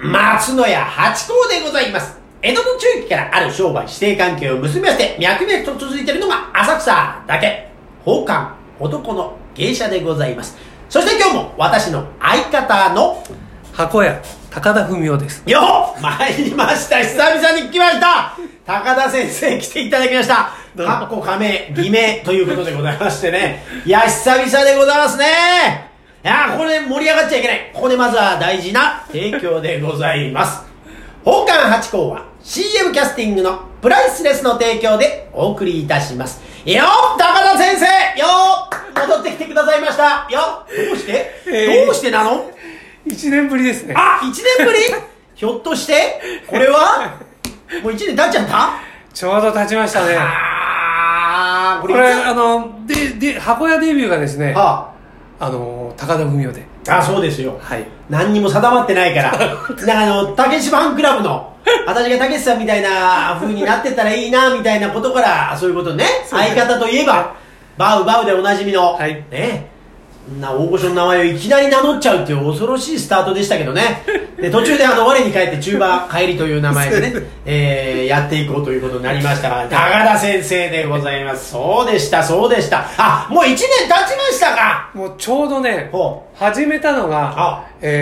松野屋八甲でございます。江戸の中期からある商売指定関係を結び合わせて脈々と続いているのが浅草だけ。宝冠男の芸者でございます。そして今日も私の相方の箱屋高田文夫です。 よっ参りました。久々に来ました。高田先生来ていただきました。かっこ仮名偽名ということでございましてね。いや久々でございますね。いやここで盛り上がっちゃいけない。ここでまずは大事な提供でございます。宝冠八甲は CM キャスティングのプライスレスの提供でお送りいたします。よっ高田先生よっ戻ってきてくださいました。よっどうして、どうしてなの 1年ぶりですね。 あ、1年ぶりひょっとしてこれはもう1年経っちゃった。 ちょうど経ちましたね。これ箱屋デビューがですね、高田文夫で。 あ、そうですよ。 はい。 何にも定まってないからたけしファンクラブの私がたけしさんみたいな風になってたらいいなみたいなことからそういうことね。相方といえばバウバウでおなじみの、 はい、 ね、大御所の名前をいきなり名乗っちゃうっていう恐ろしいスタートでしたけどね。で途中で我に返って中馬帰りという名前でね、やっていこうということになりましたが、高田先生でございます。そうでしたそうでした。あ、もう1年経ちましたか。 もうちょうどね始めたのが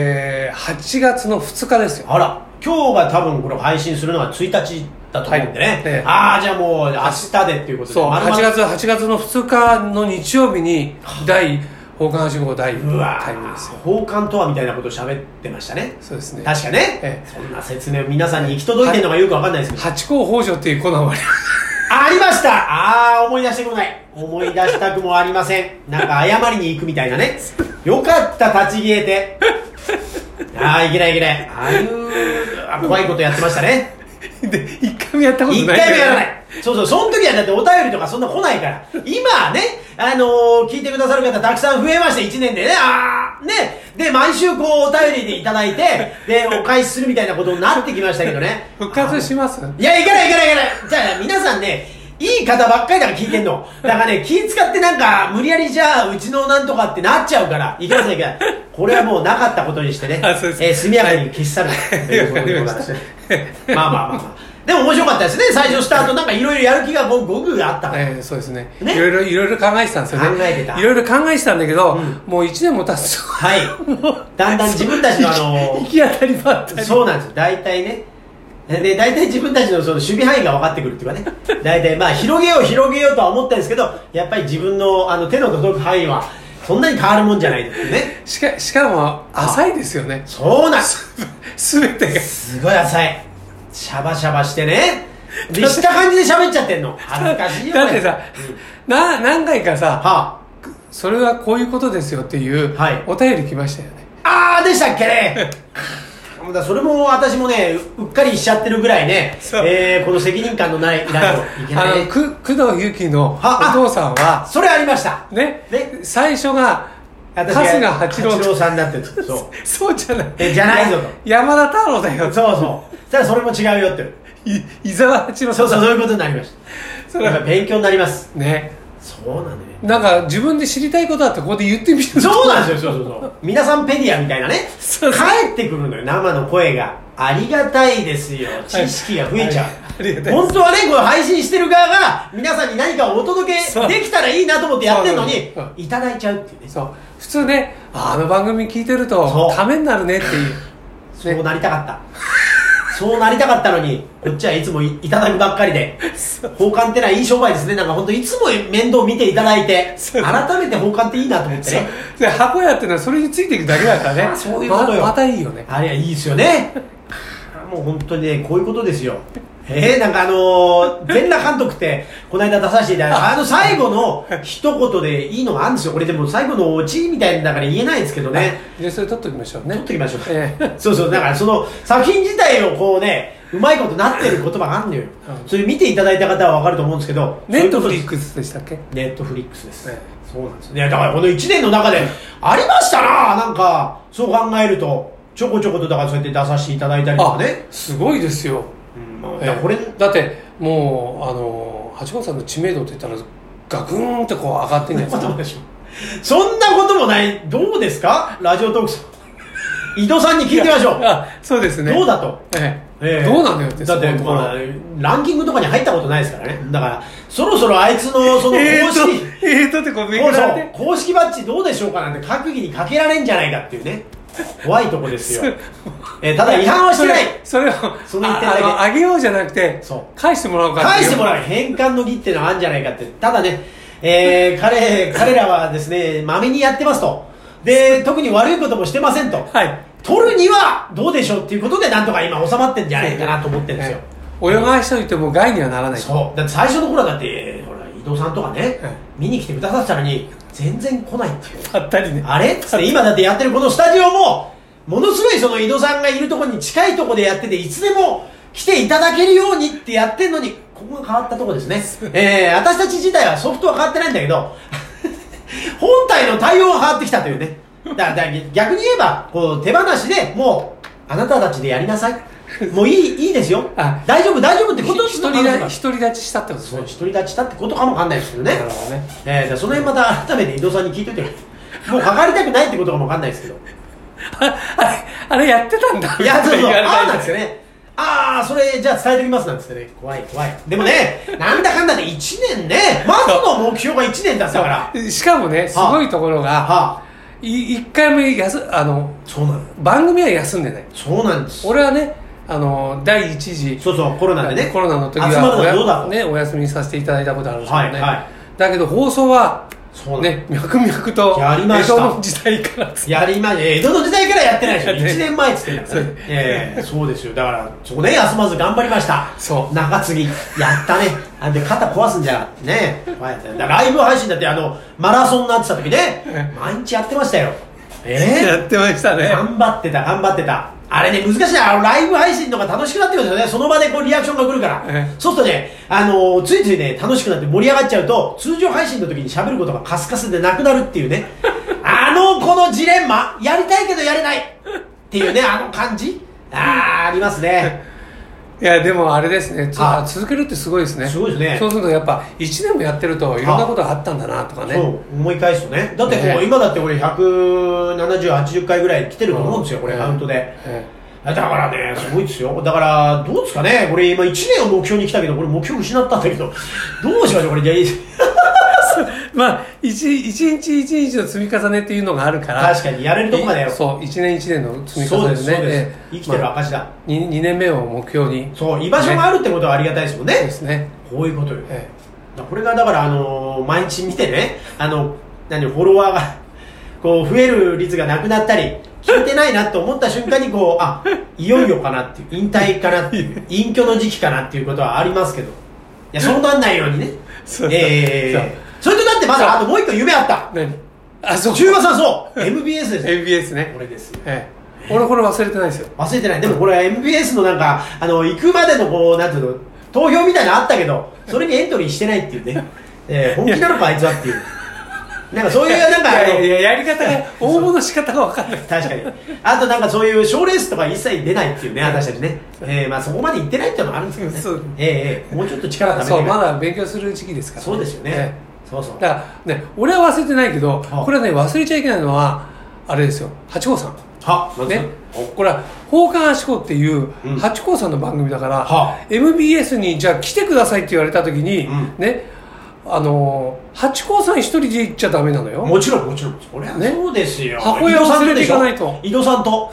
8月の2日ですよ。 あら、今日が多分これ配信するのが1日だと思うんでね、ああじゃあもう明日でっていうことで、 そう8月の2日の日曜日に宝冠八甲第1タイムですよ。 宝冠とはみたいなことを喋ってましたね。 そうですね、 確かね、そんな説明皆さんに行き届いてるのがよくわかんないですけど、 八甲北条っていうコーナーもありました。ああ思い出してこない。思い出したくもありません。なんか謝りに行くみたいなね。よかった立ち消えてああいけないいけない、ああいう怖いことやってましたね。 で1回もやったことない。 1回もやらない。そうそう、その時はだってお便りとかそんな来ないから。今ね、聞いてくださる方たくさん増えました、1年でね。ね。で、毎週こうお便りでいただいて、で、お返しするみたいなことになってきましたけどね。 復活します？ いや、いけない。じゃあ、皆さんね、いい方ばっかりだから聞いてんの。だからね、気使ってなんか、無理やりじゃあ、うちのなんとかってなっちゃうから、いけませんいけない。これはもうなかったことにしてね、速やかに消し去るということでございますね。まあ。でも面白かったですね。最初スタートなんかいろいろやる気が僕あったから。 そうですね。いろいろ考えてたんですよね。 考えてた。 いろいろ考えてたんだけど、もう1年も経つと。 はい。だんだん自分たちの行き当たりばったり。 そうなんですよ。大体ね。で、大体自分たちのその守備範囲が分かってくるっていうかね。大体まあ広げようとは思ったんですけど、やっぱり自分の手の届く範囲はそんなに変わるもんじゃないですよね。 しかも浅いですよね。 そうなんです。 全てが。 すごい浅い。シャバシャバしてね。で、した感じで喋っちゃってんの。恥ずかしいよ。 だってさ、何回かさ、それはこういうことですよっていうお便り来ましたよね。 あーでしたっけね。それも私もね、うっかりしちゃってるぐらいね、この責任感のない、いけないね。 工藤由紀のお父さんは、 それありました。 ね。最初が、春日八郎さんだって。 そうじゃない。 じゃないぞと。 山田太郎だよ。 そう。ただそれも違うよって。 伊沢八郎さん。 そういうことになりました。それは勉強になります。 ね。 そうなんだね。 なんか自分で知りたいことあってここで言ってみる。 そうなんですよ。そう。皆さんペディアみたいなね。帰ってくるのよ、生の声が。ありがたいですよ。知識が増えちゃう。本当はね、これ配信してる側が皆さんに何かをお届けできたらいいなと思ってやってるのに、いただいちゃうっていうね。 そう。普通ね、あの番組聞いてるとためになるねっていう。 そうなりたかった。そうなりたかったのに、こっちはいつもいただくばっかりで。宝冠ってのはいい商売ですね。なんか本当いつも面倒見ていただいて、改めて宝冠っていいなと思ってね。 で、箱屋ってのはそれについていくだけだからね。 そういうことよ。 またいいよね。 あれはいいですよね。もう本当にね、こういうことですよ。なんか全裸監督って、この間出させていただいた、最後の一言でいいのがあるんですよ。これでも最後のオチみたいだから言えないんですけどね。 じゃあそれ撮っときましょうね。 撮っときましょう。そう。だからその作品自体をこうね、うまいことなってる言葉があるのよ。それ見ていただいた方は分かると思うんですけど。 ネットフリックスでしたっけ？ ネットフリックスです。そうなんですね。だからこの1年の中でありましたな。なんか、そう考えると、ちょこちょことだからそうやって出させていただいたりとかね。 すごいですよ。だってもう八甲さんの知名度って言ったらガクンってこう上がってんじゃないですか。 そんなこともない。どうですかラジオトークさん。 井戸さんに聞いてみましょう。 そうですね。 どうだと。 どうなのよって。 だって、ランキングとかに入ったことないですからね。だから、そろそろあいつのその公式、 ってこうめくられて、 公式バッジどうでしょうかなんて閣議にかけられんじゃないかっていうね。怖いとこですよ。ただ違反はしてない。 それを、その一点だけ。あげようじゃなくて、返してもらおうかって。 返してもらう。返還の儀っていうのはあるんじゃないかって。ただね、彼らはですね、まめにやってますと。で、特に悪いこともしてませんと。 はい。 取るにはどうでしょうっていうことでなんとか今収まってんじゃないかなと思ってるんですよ。 泳がしといても害にはならない。 そう。だって最初の頃だって、ほら、井戸さんとかね、見に来てくださってたのに、全然来ないっていう。 あったりね。 あれつって今だってやってるこのスタジオも、ものすごいその井戸さんがいるところに近いところでやってて、いつでも来ていただけるようにってやってるのに、ここが変わったところですね。私たち自体はソフトは変わってないんだけど、本体の対応が変わってきたというね。だから逆に言えばこう手放しでもうあなたたちでやりなさい、もういいですよ、大丈夫ってことです。 独り立ちしたってことですね。 そう、独り立ちしたってことかもわかんないですけどね。なるほどね。その辺また改めて井戸さんに聞いといて、もう関わりたくないってことかもわかんないですけどあれやってたんだ。 いや、そうなんですよね。それじゃあ伝えておきますなんつってね。怖い。でもね、なんだかんだで1年ね、まずの目標が1年だったから。 しかもね、すごいところが、1回もそうなの、 番組は休んでない。 そうなんです。 俺はね、第1次、 そうコロナでね、 コロナの時はお休みさせていただいたことあるんですけどね。だけど放送はね、脈々とやりました。 江戸の時代から江戸の時代からやってないでしょ。1年前っつってんだからね。そうですよ。だからそこね、休まず頑張りました。中継ぎやったね。で肩壊すんじゃね。だからライブ配信だってマラソンになってた時ね、毎日やってましたよ。 やってましたね。 頑張ってた。あれね、難しいな。ライブ配信のが楽しくなってくるんですよね。その場でこうリアクションが来るから。そうするとね、ついついね、楽しくなって盛り上がっちゃうと、通常配信の時に喋ることがカスカスでなくなるっていうね。このジレンマ、やりたいけどやれないっていうね、感じありますね。 いや、でもあれですね、続けるってすごいですね。 すごいですね。 そうするとやっぱ1年もやってるといろんなことがあったんだなとかね。 そう思い返すとね。だって今だって俺170、80回ぐらい来てると思うんですよ、これカウントで。だからね、すごいですよ。だからどうですかね、これ今1年を目標に来たけど、これ目標失ったんだけど、どうしましょうこれ。じゃまあ一日一日の積み重ねっていうのがあるから、 確かにやれるとこまでやろう。 そう、一年一年の積み重ねですね。 生きてる証だ。 2年目を目標に、 そう居場所があるってことはありがたいですもんね。 そうですね。 こういうことよ。これがだから毎日見てね、フォロワーがこう増える率がなくなったり、聞いてないなって思った瞬間にこういよいよかなっていう、引退かなっていう隠居の時期かなっていうことはありますけど、いやそうなんないようにね。それとだってまだあともう一個夢あった。中馬さん、そう MBS です。 MBS ね。 これですよ。 俺これ忘れてないですよ。 忘れてない。でもこれは MBS のなんか行くまでのこうなんていうの、投票みたいなのあったけど、それにエントリーしてないっていうね。本気なのかあいつはっていう。なんかそういうなんかやり方が応募の仕方が分かんない。 確かに。あとなんかそういう賞レースとか一切出ないっていうね、私たちね。まあそこまで行ってないっていうのもあるんですけどね。もうちょっと力ためて。 そう、まだ勉強する時期ですから。 そうですよね。そう。 だからね、俺は忘れてないけど、これはね、忘れちゃいけないのはあれですよ、八甲さん。ね、これは放課八甲っていう八甲さんの番組だから、MBS にじゃあ来てくださいって言われた時にね、八甲さん一人で行っちゃダメなのよ。 もちろんそりゃそうですよ。 箱屋を連れていかないと。 井戸さんと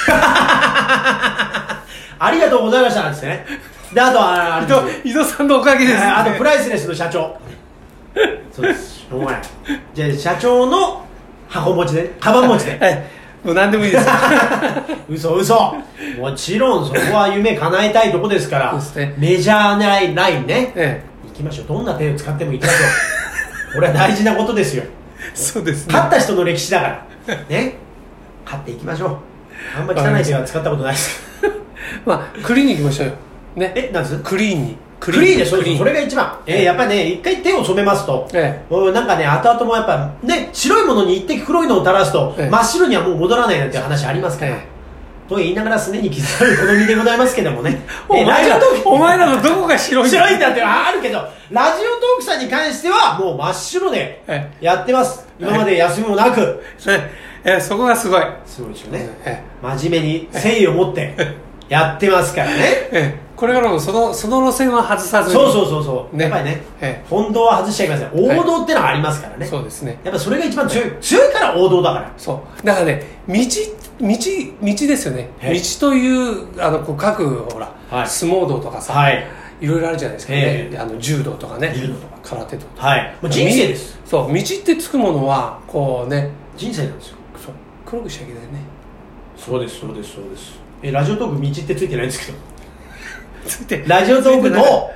ありがとうございましたなんですね。で、あとは井戸さんのおかげです。 あとプライスレスの社長。そうです。しょうがない。じゃあ社長の箱持ちで、カバン持ちで。 はい。もう何でもいいです。 嘘。もちろんそこは夢叶えたいとこですから。メジャーラインね。行きましょう。どんな手を使っても行きましょう。これは大事なことですよ。 そうですね。 勝った人の歴史だからね。勝っていきましょう。あんま汚い手は使ったことないです。 まあクリーンに行きましょうよ。ね。 なんです？ クリーンに。 クリーンで、それが一番。やっぱりね、一回手を染めますと、なんかね、後々もやっぱね、白いものに一滴黒いのを垂らすと、真っ白にはもう戻らないなんていう話ありますから。と言いながらすねに刻む好みでございますけどもね。 お前らのどこが白いんだ白いんだってあるけど、ラジオトークさんに関してはもう真っ白でやってます。今まで休みもなく。 そこがすごい。 すごいですよね。真面目に誠意を持ってやってますからね。 これからもその路線は外さずに。 そう。やっぱりね、本道は外しちゃいません。王道ってのはありますからね。 そうですね。 やっぱそれが一番強いから王道だから。 そう。だからね、道ですよね。道という、こう各、ほら、相撲道とかさ、いろいろあるじゃないですかね。柔道とかね。 柔道とか。 空手とか。 もう人生です。 そう。道ってつくものは、こうね。 人生なんですよ。 そう。黒くしちゃいけないね。 そうです。ラジオトーク道ってついてないんですけど。ラジオトークの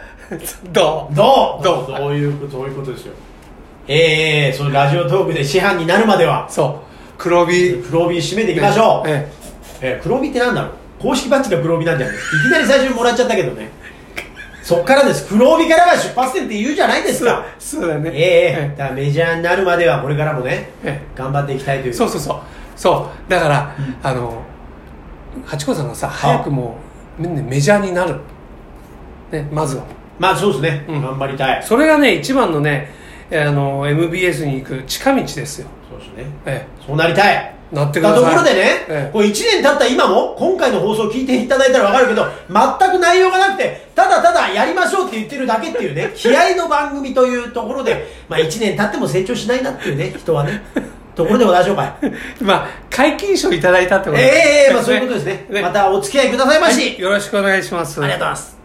そういうことですよ。そのラジオトークで師範になるまでは、 そう黒帯締めていきましょう。黒帯ってなんだろう。公式バッジが黒帯なんじゃない。いきなり最初にもらっちゃったけどね。そっからです。黒帯からが出発点って言うじゃないですか。 そうだね。 だからメジャーになるまではこれからもね、頑張っていきたいという。 そうだからハチ公さんがさ、早くもうメジャーになるね、まずは。 そうですね。頑張りたい。 それがね、一番のね、MBS に行く近道ですよ。 そうですね。そうなりたい。 なってください。 ところでね、これ1年経った今も、今回の放送を聞いていただいたらわかるけど、全く内容がなくて、ただただやりましょうって言ってるだけっていうね、気合の番組というところで、1年経っても成長しないなっていうね、人はね。ところでございましょうか。 皆勤賞いただいたってことで。そういうことですね。またお付き合いくださいまし。 よろしくお願いします。 ありがとうございます。